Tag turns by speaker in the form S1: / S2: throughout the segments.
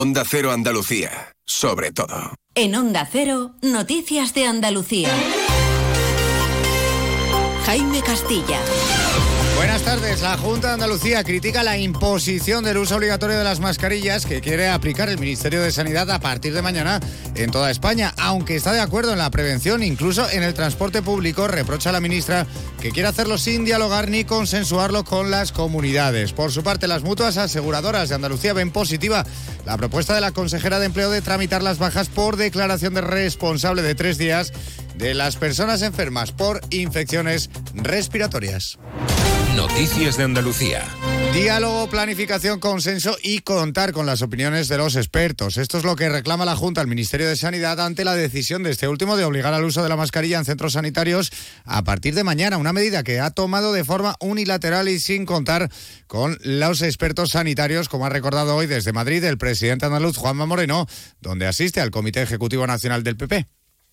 S1: Onda Cero Andalucía, sobre todo.
S2: En Onda Cero, Noticias de Andalucía. Jaime Castilla.
S3: Buenas tardes. La Junta de Andalucía critica la imposición del uso obligatorio de las mascarillas que quiere aplicar el Ministerio de Sanidad a partir de mañana en toda España. Aunque está de acuerdo en la prevención, incluso en el transporte público, reprocha a la ministra que quiere hacerlo sin dialogar ni consensuarlo con las comunidades. Por su parte, las mutuas aseguradoras de Andalucía ven positiva la propuesta de la consejera de Empleo de tramitar las bajas por declaración de responsable de 3 días de las personas enfermas por infecciones respiratorias.
S4: Noticias de Andalucía.
S3: Diálogo, planificación, consenso y contar con las opiniones de los expertos. Esto es lo que reclama la Junta al Ministerio de Sanidad ante la decisión de este último de obligar al uso de la mascarilla en centros sanitarios a partir de mañana. Una medida que ha tomado de forma unilateral y sin contar con los expertos sanitarios, como ha recordado hoy desde Madrid el presidente andaluz Juanma Moreno, donde asiste al Comité Ejecutivo Nacional del PP.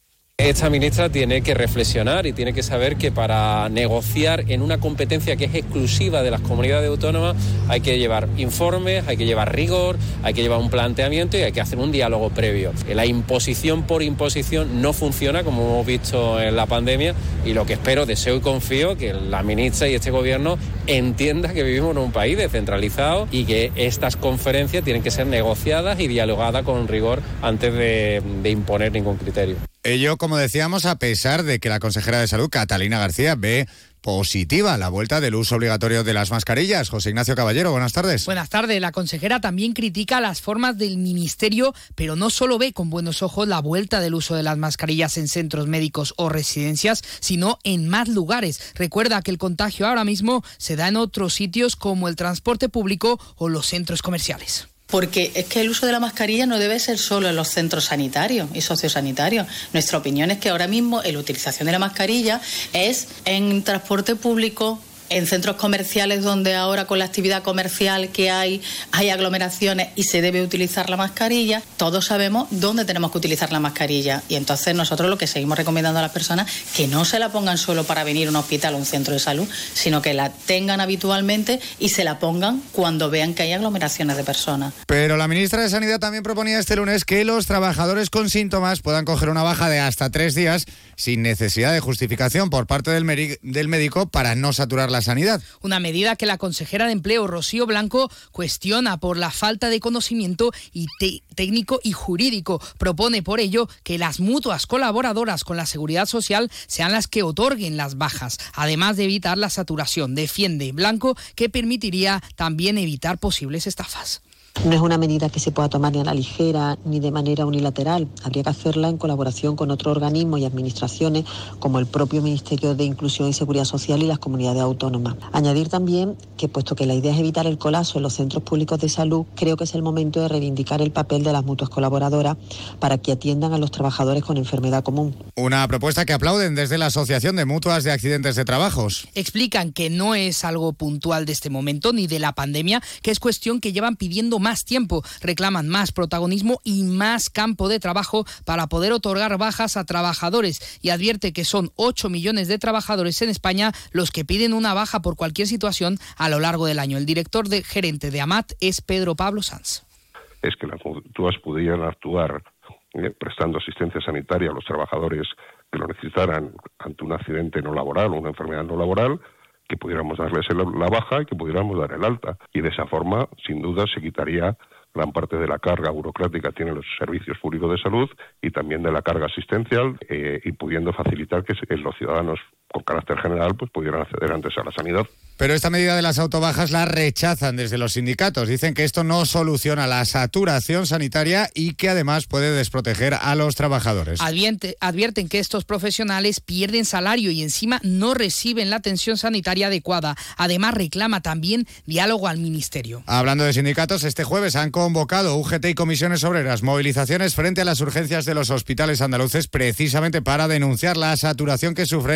S5: Esta ministra tiene que reflexionar y tiene que saber que para negociar en una competencia que es exclusiva de las comunidades autónomas hay que llevar informes, hay que llevar rigor, hay que llevar un planteamiento y hay que hacer un diálogo previo. La imposición por imposición no funciona, como hemos visto en la pandemia, y lo que espero, deseo y confío que la ministra y este gobierno entienda que vivimos en un país descentralizado y que estas conferencias tienen que ser negociadas y dialogadas con rigor antes de imponer ningún criterio.
S3: Ello, como decíamos, a pesar de que la consejera de Salud, Catalina García, ve positiva la vuelta del uso obligatorio de las mascarillas. José Ignacio Caballero, buenas tardes.
S6: Buenas tardes. La consejera también critica las formas del ministerio, pero no solo ve con buenos ojos la vuelta del uso de las mascarillas en centros médicos o residencias, sino en más lugares. Recuerda que el contagio ahora mismo se da en otros sitios como el transporte público o los centros comerciales.
S7: Porque es que el uso de la mascarilla no debe ser solo en los centros sanitarios y sociosanitarios. Nuestra opinión es que ahora mismo la utilización de la mascarilla es en transporte público, en centros comerciales donde ahora con la actividad comercial que hay aglomeraciones y se debe utilizar la mascarilla. Todos sabemos dónde tenemos que utilizar la mascarilla y entonces nosotros lo que seguimos recomendando a las personas que no se la pongan solo para venir a un hospital o un centro de salud, sino que la tengan habitualmente y se la pongan cuando vean que hay aglomeraciones de personas.
S3: Pero la ministra de Sanidad también proponía este lunes que los trabajadores con síntomas puedan coger una baja de hasta 3 días sin necesidad de justificación por parte del médico para no saturar la sanidad.
S6: Una medida que la consejera de Empleo, Rocío Blanco, cuestiona por la falta de conocimiento técnico y jurídico. Propone por ello que las mutuas colaboradoras con la Seguridad Social sean las que otorguen las bajas, además de evitar la saturación. Defiende Blanco que permitiría también evitar posibles estafas.
S8: No es una medida que se pueda tomar ni a la ligera ni de manera unilateral. Habría que hacerla en colaboración con otros organismos y administraciones como el propio Ministerio de Inclusión y Seguridad Social y las comunidades autónomas. Añadir también que, puesto que la idea es evitar el colapso en los centros públicos de salud, creo que es el momento de reivindicar el papel de las mutuas colaboradoras para que atiendan a los trabajadores con enfermedad común.
S3: Una propuesta que aplauden desde la Asociación de Mutuas de Accidentes de Trabajos.
S6: Explican que no es algo puntual de este momento ni de la pandemia, que es cuestión que llevan pidiendo más tiempo. Reclaman más protagonismo y más campo de trabajo para poder otorgar bajas a trabajadores y advierte que son 8 millones de trabajadores en España los que piden una baja por cualquier situación a lo largo del año. El director gerente de AMAT es Pedro Pablo Sanz.
S9: Es que las mutuas pudieran actuar prestando asistencia sanitaria a los trabajadores que lo necesitaran ante un accidente no laboral o una enfermedad no laboral, que pudiéramos darles la baja y que pudiéramos dar el alta. Y de esa forma, sin duda, se quitaría gran parte de la carga burocrática que tienen los servicios públicos de salud y también de la carga asistencial y pudiendo facilitar que los ciudadanos con carácter general pues pudieran acceder antes a la sanidad.
S3: Pero esta medida de las autobajas la rechazan desde los sindicatos. Dicen que esto no soluciona la saturación sanitaria y que además puede desproteger a los trabajadores.
S6: Advierten que estos profesionales pierden salario y encima no reciben la atención sanitaria adecuada. Además reclama también diálogo al ministerio.
S3: Hablando de sindicatos, este jueves han convocado UGT y comisiones obreras movilizaciones frente a las urgencias de los hospitales andaluces precisamente para denunciar la saturación que sufren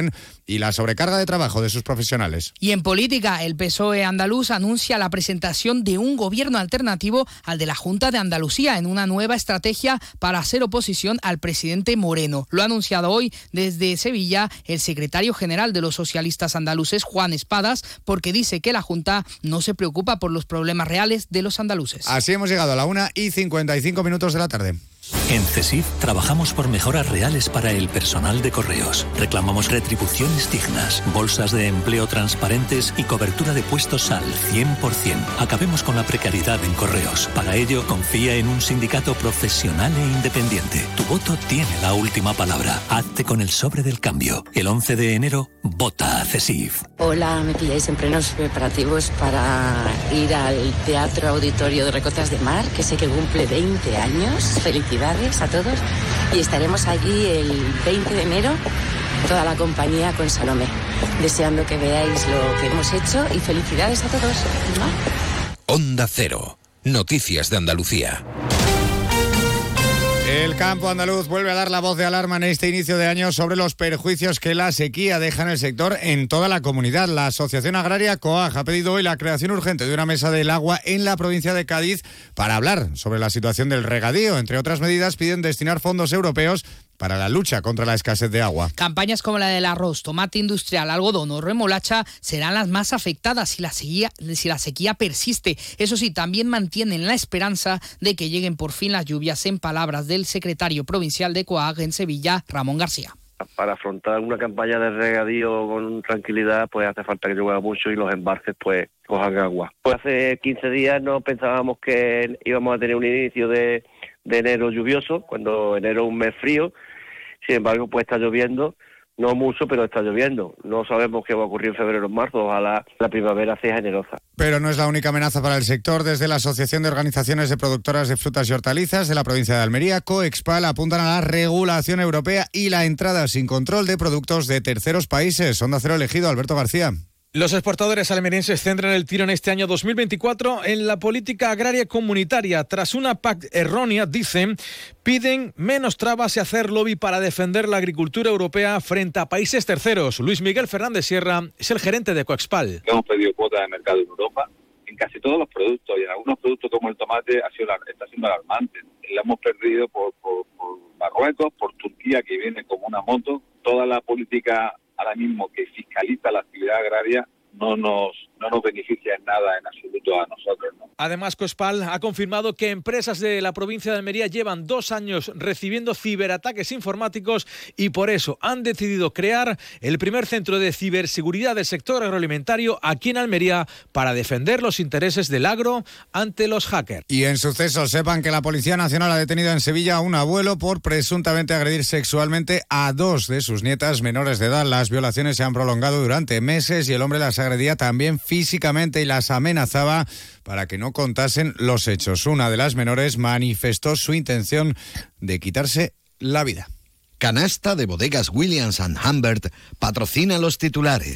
S3: y la sobrecarga de trabajo de sus profesionales.
S6: Y en política, el PSOE andaluz anuncia la presentación de un gobierno alternativo al de la Junta de Andalucía en una nueva estrategia para hacer oposición al presidente Moreno. Lo ha anunciado hoy desde Sevilla el secretario general de los socialistas andaluces, Juan Espadas, porque dice que la Junta no se preocupa por los problemas reales de los andaluces.
S3: Así hemos llegado a la 1:55 de la tarde.
S10: En CESIF trabajamos por mejoras reales para el personal de correos. Reclamamos retribuciones dignas, bolsas de empleo transparentes y cobertura de puestos al 100%. Acabemos con la precariedad en correos. Para ello, confía en un sindicato profesional e independiente. Tu voto tiene la última palabra. Hazte con el sobre del cambio. El 11 de enero, vota a CESIF.
S11: Hola, me pilláis en plenos preparativos para ir al Teatro Auditorio de Recotas de Mar, que sé que cumple 20 años. Felicidades a todos. Y estaremos allí el 20 de enero, toda la compañía con Salomé. Deseando que veáis lo que hemos hecho y felicidades a todos.
S4: Onda Cero. Noticias de Andalucía.
S3: El campo andaluz vuelve a dar la voz de alarma en este inicio de año sobre los perjuicios que la sequía deja en el sector en toda la comunidad. La Asociación Agraria COAG ha pedido hoy la creación urgente de una mesa del agua en la provincia de Cádiz para hablar sobre la situación del regadío. Entre otras medidas, piden destinar fondos europeos para la lucha contra la escasez de agua.
S6: Campañas como la del arroz, tomate industrial, algodón o remolacha serán las más afectadas si la sequía persiste. Eso sí, también mantienen la esperanza de que lleguen por fin las lluvias, en palabras del secretario provincial de COAG en Sevilla, Ramón García.
S12: Para afrontar una campaña de regadío con tranquilidad, pues hace falta que llueva mucho y los embalses pues cojan agua. Pues hace 15 días no pensábamos que íbamos a tener un inicio de enero lluvioso, cuando enero es un mes frío. Sin embargo, pues está lloviendo, no mucho, pero está lloviendo. No sabemos qué va a ocurrir en febrero o marzo, ojalá la primavera sea generosa.
S3: Pero no es la única amenaza para el sector. Desde la Asociación de Organizaciones de Productoras de Frutas y Hortalizas de la provincia de Almería, Coexpal, apuntan a la regulación europea y la entrada sin control de productos de terceros países. Onda Cero elegido, Alberto García.
S13: Los exportadores almerienses centran el tiro en este año 2024 en la política agraria comunitaria. Tras una PAC errónea, dicen, piden menos trabas y hacer lobby para defender la agricultura europea frente a países terceros. Luis Miguel Fernández Sierra es el gerente de Coexpal.
S14: Hemos pedido cuotas de mercado en Europa en casi todos los productos, y en algunos productos como el tomate está siendo alarmante. La hemos perdido por Marruecos, por Turquía, que viene como una moto. Toda la política ahora mismo que fiscaliza la actividad agraria no nos beneficia en nada en absoluto a nosotros, ¿no?
S13: Además, Coexpal ha confirmado que empresas de la provincia de Almería llevan 2 años recibiendo ciberataques informáticos y por eso han decidido crear el primer centro de ciberseguridad del sector agroalimentario aquí en Almería para defender los intereses del agro ante los hackers.
S3: Y en sucesos, sepan que la Policía Nacional ha detenido en Sevilla a un abuelo por presuntamente agredir sexualmente a 2 de sus nietas menores de edad. Las violaciones se han prolongado durante meses y el hombre las agredía también físicamente y las amenazaba para que no contasen los hechos. Una de las menores manifestó su intención de quitarse la vida.
S15: Canasta de Bodegas Williams & Humbert patrocina los titulares.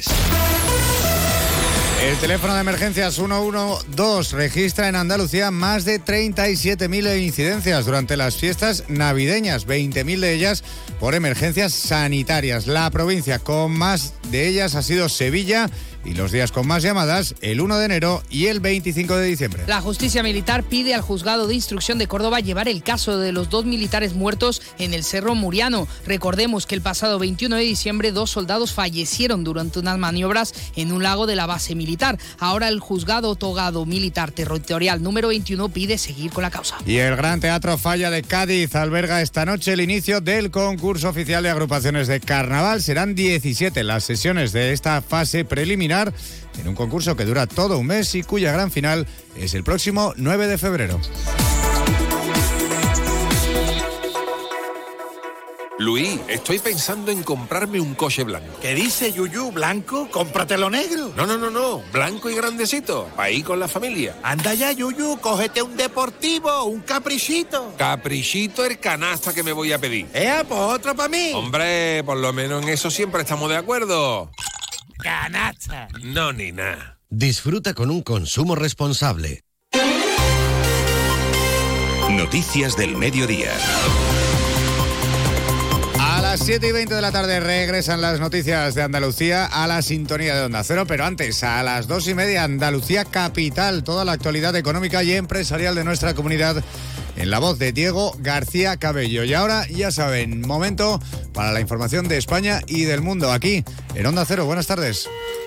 S3: El teléfono de emergencias 112 registra en Andalucía más de 37.000 incidencias durante las fiestas navideñas, 20.000 de ellas por emergencias sanitarias. La provincia con más de ellas ha sido Sevilla y los días con más llamadas, el 1 de enero y el 25 de diciembre.
S6: La justicia militar pide al juzgado de instrucción de Córdoba llevar el caso de los 2 militares muertos en el Cerro Muriano. Recordemos que el pasado 21 de diciembre 2 soldados fallecieron durante unas maniobras en un lago de la base militar. Ahora el juzgado togado militar territorial número 21 pide seguir con la causa.
S3: Y el Gran Teatro Falla de Cádiz alberga esta noche el inicio del concurso oficial de agrupaciones de carnaval. Serán 17 las sesiones de esta fase preliminar en un concurso que dura todo un mes y cuya gran final es el próximo 9 de febrero.
S4: Luis, estoy pensando en comprarme un coche blanco.
S16: ¿Qué dice Yuyu? ¿Blanco? ¡Cómpratelo negro!
S4: No, blanco y grandecito, para ir con la familia.
S16: Anda ya, Yuyu, cógete un deportivo, un caprichito.
S4: Caprichito el canasta que me voy a pedir.
S16: Pues otro para mí.
S4: Hombre, por lo menos en eso siempre estamos de acuerdo.
S16: Canasta.
S4: No, ni nada.
S15: Disfruta con un consumo responsable.
S1: Noticias del mediodía.
S3: A las 7:20 de la tarde regresan las noticias de Andalucía a la sintonía de Onda Cero, pero antes, a las 2:30, Andalucía Capital, toda la actualidad económica y empresarial de nuestra comunidad, en la voz de Diego García Cabello. Y ahora, ya saben, momento para la información de España y del mundo, aquí en Onda Cero. Buenas tardes.